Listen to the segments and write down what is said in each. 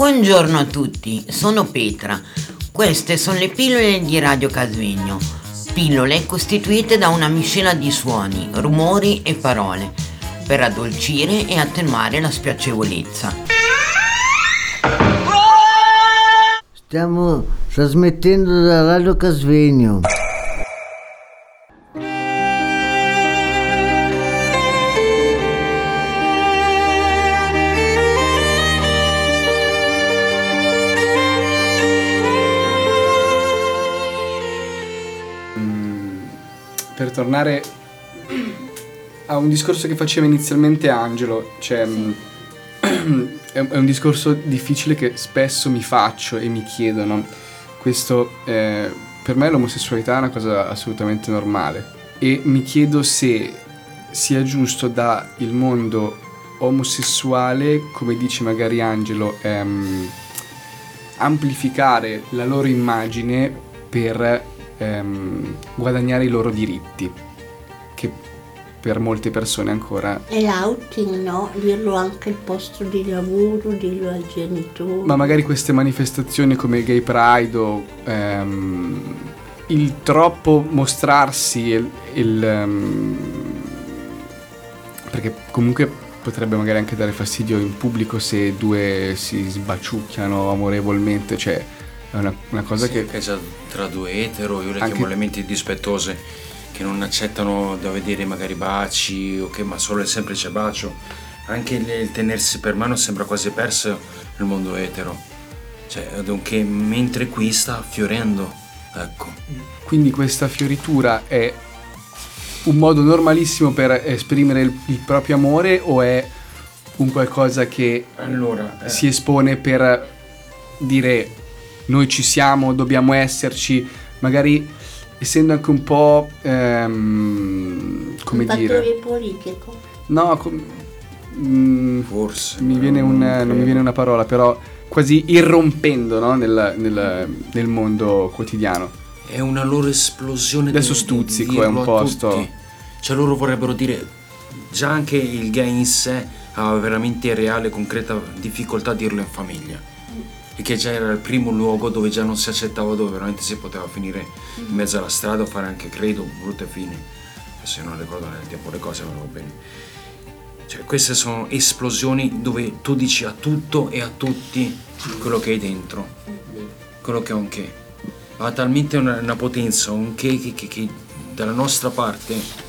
Buongiorno a tutti, sono Petra. Queste sono le pillole di Radio Casvegno. Pillole costituite da una miscela di suoni, rumori e parole per addolcire e attenuare la spiacevolezza. Stiamo trasmettendo da Radio Casvegno. Per tornare a un discorso che faceva inizialmente Angelo, cioè è un discorso difficile che spesso mi faccio e mi chiedono. Questo per me l'omosessualità è una cosa assolutamente normale e mi chiedo se sia giusto da il mondo omosessuale, come dice magari Angelo, amplificare la loro immagine per guadagnare i loro diritti, che per molte persone ancora è l'outing, no? Dirlo anche al posto di lavoro, dirlo ai genitori. Ma magari queste manifestazioni come il Gay Pride o il troppo mostrarsi perché comunque potrebbe magari anche dare fastidio in pubblico se due si sbaciucchiano amorevolmente, cioè è una cosa che già tra due etero, io le anche chiamo elementi dispettose, che non accettano da vedere magari baci o che, ma solo il semplice bacio. Anche il tenersi per mano sembra quasi perso nel mondo etero, cioè dunque mentre qui sta fiorendo, ecco. Quindi questa fioritura è un modo normalissimo per esprimere il proprio amore o è un qualcosa che si espone per dire noi ci siamo, dobbiamo esserci, magari essendo anche un po' come un dire, fattore politico? no, forse non mi viene una parola, però quasi irrompendo, no? nel mondo quotidiano. È una loro esplosione. Adesso stuzzico è un posto, cioè loro vorrebbero dire, già anche il gay in sé ha veramente reale, concreta difficoltà a dirlo in famiglia, e che già era il primo luogo dove già non si accettava, dove veramente si poteva finire in mezzo alla strada o fare anche, credo, brutte fini. Adesso io non ricordo nel tempo le cose, ma va bene. Cioè queste sono esplosioni dove tu dici a tutto e a tutti quello che hai dentro, quello che è un che. Ha talmente una potenza, un che dalla nostra parte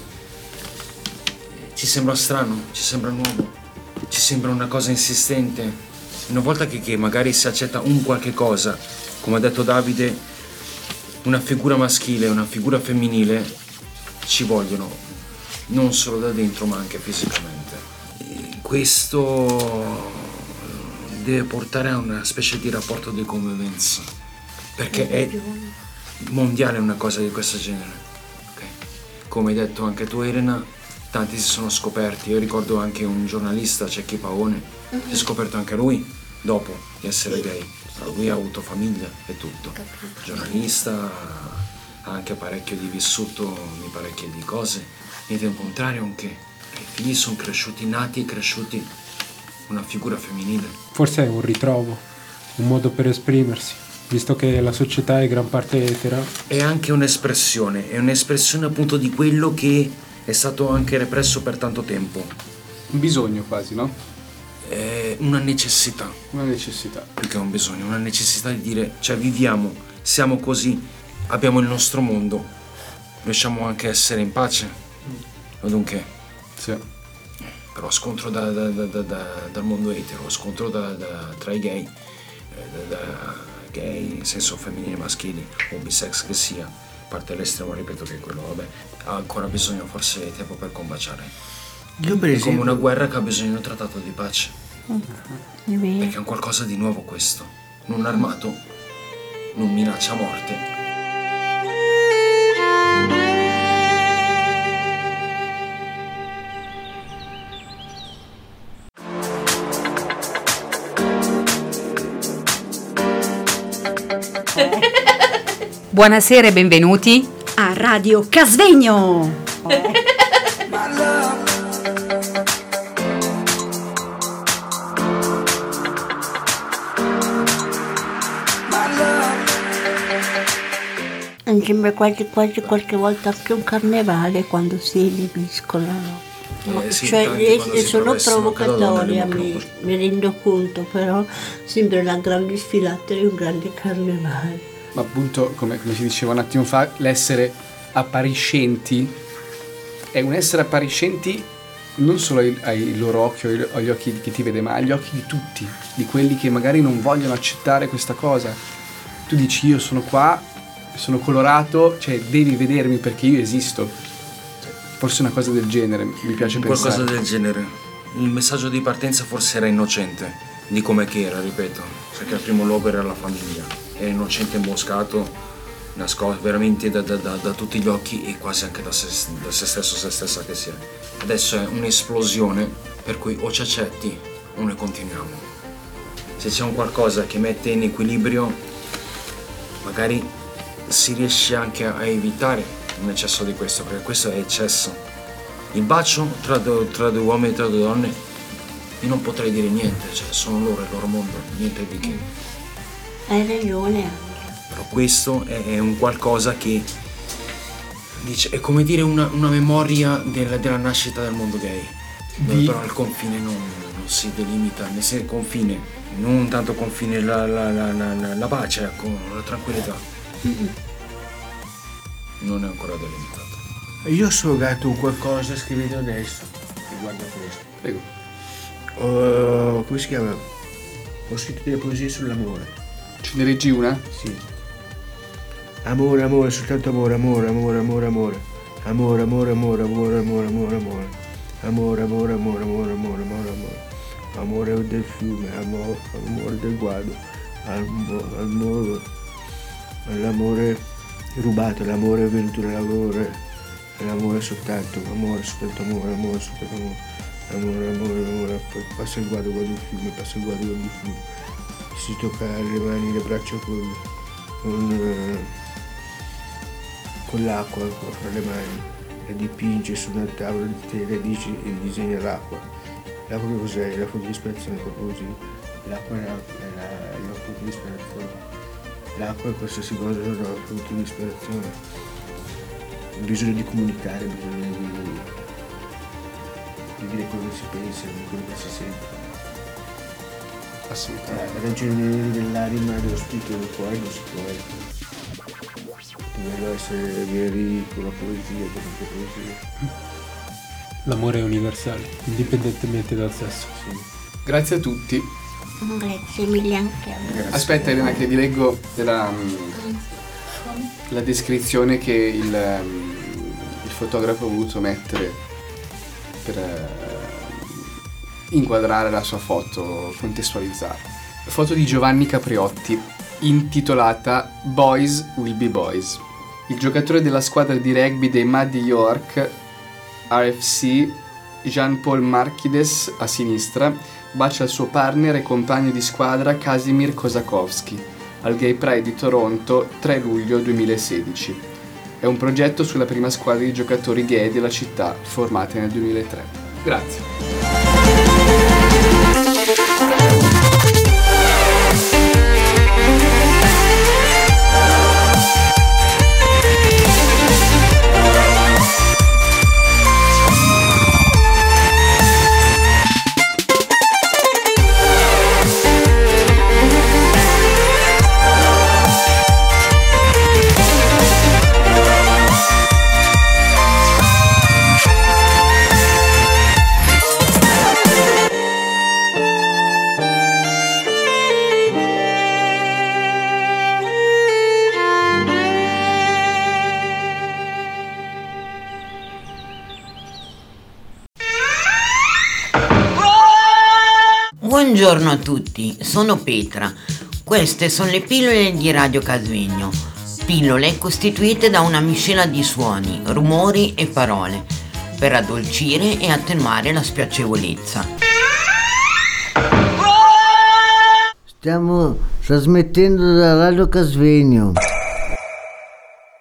ci sembra strano, ci sembra nuovo, ci sembra una cosa insistente. Una volta che magari si accetta un qualche cosa, come ha detto Davide, una figura maschile, una figura femminile, ci vogliono, non solo da dentro ma anche fisicamente. E questo deve portare a una specie di rapporto di convivenza, perché è mondiale una cosa di questo genere. Okay? Come hai detto anche tu, Elena, tanti si sono scoperti. Io ricordo anche un giornalista, Cecchi Paone, si è scoperto anche lui dopo di essere gay. Lui ha avuto famiglia e tutto. Giornalista, ha anche parecchio di vissuto di parecchie di cose. Niente al contrario, anche i figli sono cresciuti, nati e cresciuti una figura femminile. Forse è un ritrovo, un modo per esprimersi, visto che la società è gran parte etera. È anche un'espressione appunto di quello che è stato anche represso per tanto tempo. un bisogno quasi, no? È una necessità. Una necessità. Più che un bisogno, una necessità di dire, cioè viviamo, siamo così, abbiamo il nostro mondo, riusciamo anche a essere in pace. Dunque, sì. Però scontro dal mondo etero, scontro tra i gay, gay in senso femminile, maschili o bisex che sia, a parte l'estremo, ripeto che quello, vabbè, ha ancora bisogno forse di tempo per combaciare. Io per È esempio, come una guerra che ha bisogno di un trattato di pace, perché è un qualcosa di nuovo questo, non armato, non minaccia morte. Buonasera e benvenuti a Radio Casvegno. My love, Mi sembra quasi qualche volta anche un carnevale quando si inibiscono. Sì, Cioè, tanti quando si sono travestano provocatoria, cadaveri, mi rendo conto, però sembra una grande sfilata di un grande carnevale. Ma appunto, come si diceva un attimo fa, l'essere appariscenti è un essere appariscenti non solo ai loro occhi o agli occhi di chi ti vede, ma agli occhi di tutti, di quelli che magari non vogliono accettare questa cosa. Tu dici io sono qua, sono colorato, cioè devi vedermi perché io esisto. Forse una cosa del genere, mi piace pensare. Qualcosa del genere. Il messaggio di partenza forse era innocente, di come che era, ripeto, perché al primo luogo era la famiglia. Era innocente, imboscato, nascosto veramente da tutti gli occhi e quasi anche da se stesso, se stessa che sia. Adesso è un'esplosione per cui o ci accetti o ne continuiamo. Se c'è un qualcosa che mette in equilibrio, magari si riesce anche a evitare un eccesso di questo, perché questo è eccesso. Il bacio tra due uomini e tra due donne, io non potrei dire niente, cioè sono loro, il loro mondo, niente di che. Hai ragione anche. Però questo è un qualcosa che dice, è come dire una memoria della nascita del mondo gay. Però il confine non si delimita, nel senso confine, non tanto confine la pace, ecco, la tranquillità. Non è ancora delimitato. Io ho sfogato un qualcosa scrivendo adesso riguardo a questo. Prego. Come si chiama? Ho scritto delle poesie sull'amore. Ce ne leggi una? Sì. Amore, amore, soltanto amore, amore, amore, amore, amore. Amore, amore, amore, amore, amore, amore, amore. Amore, amore, amore, amore, amore, amore, amore. Amore del fiume, amore del guado, l'amore rubato, l'amore venuto dall'amore, l'amore soltanto amore, soltanto amore, amore, soltanto amore, amore, amore, amore, passa il guado il fiume, passa il guado il fiume, si tocca le mani, le braccia con l'acqua fra le mani e dipinge su una tavola di tela e disegna l'acqua. L'acqua che cos'è? La fonte di ispirazione, proprio così. L'acqua è la fonte di ispirazione. L'acqua è qualsiasi cosa, è la fonte di ispirazione. Bisogno di comunicare, bisogno di dire quello che si pensa, di quello che si sente. Assolutamente. La ragione dell'anima e dello spirito del cuore non si può essere. Dobbiamo essere veri con la poesia, con la poesia. L'amore è universale, indipendentemente dal sesso. Sì. Grazie a tutti. Grazie mille anche a voi. Aspetta Elena che vi leggo la descrizione che il fotografo ha voluto mettere per inquadrare la sua foto, contestualizzare. Foto di Giovanni Capriotti intitolata Boys Will Be Boys. Il giocatore della squadra di rugby dei Muddy York RFC, Jean-Paul Marquides, a sinistra, bacia il suo partner e compagno di squadra Casimir Kosakowski al Gay Pride di Toronto 3 luglio 2016. È un progetto sulla prima squadra di giocatori gay della città, formata nel 2003. Grazie. Buongiorno a tutti, sono Petra. Queste sono le pillole di Radio Casvegno. Pillole costituite da una miscela di suoni, rumori e parole per addolcire e attenuare la spiacevolezza. Stiamo trasmettendo da Radio Casvegno.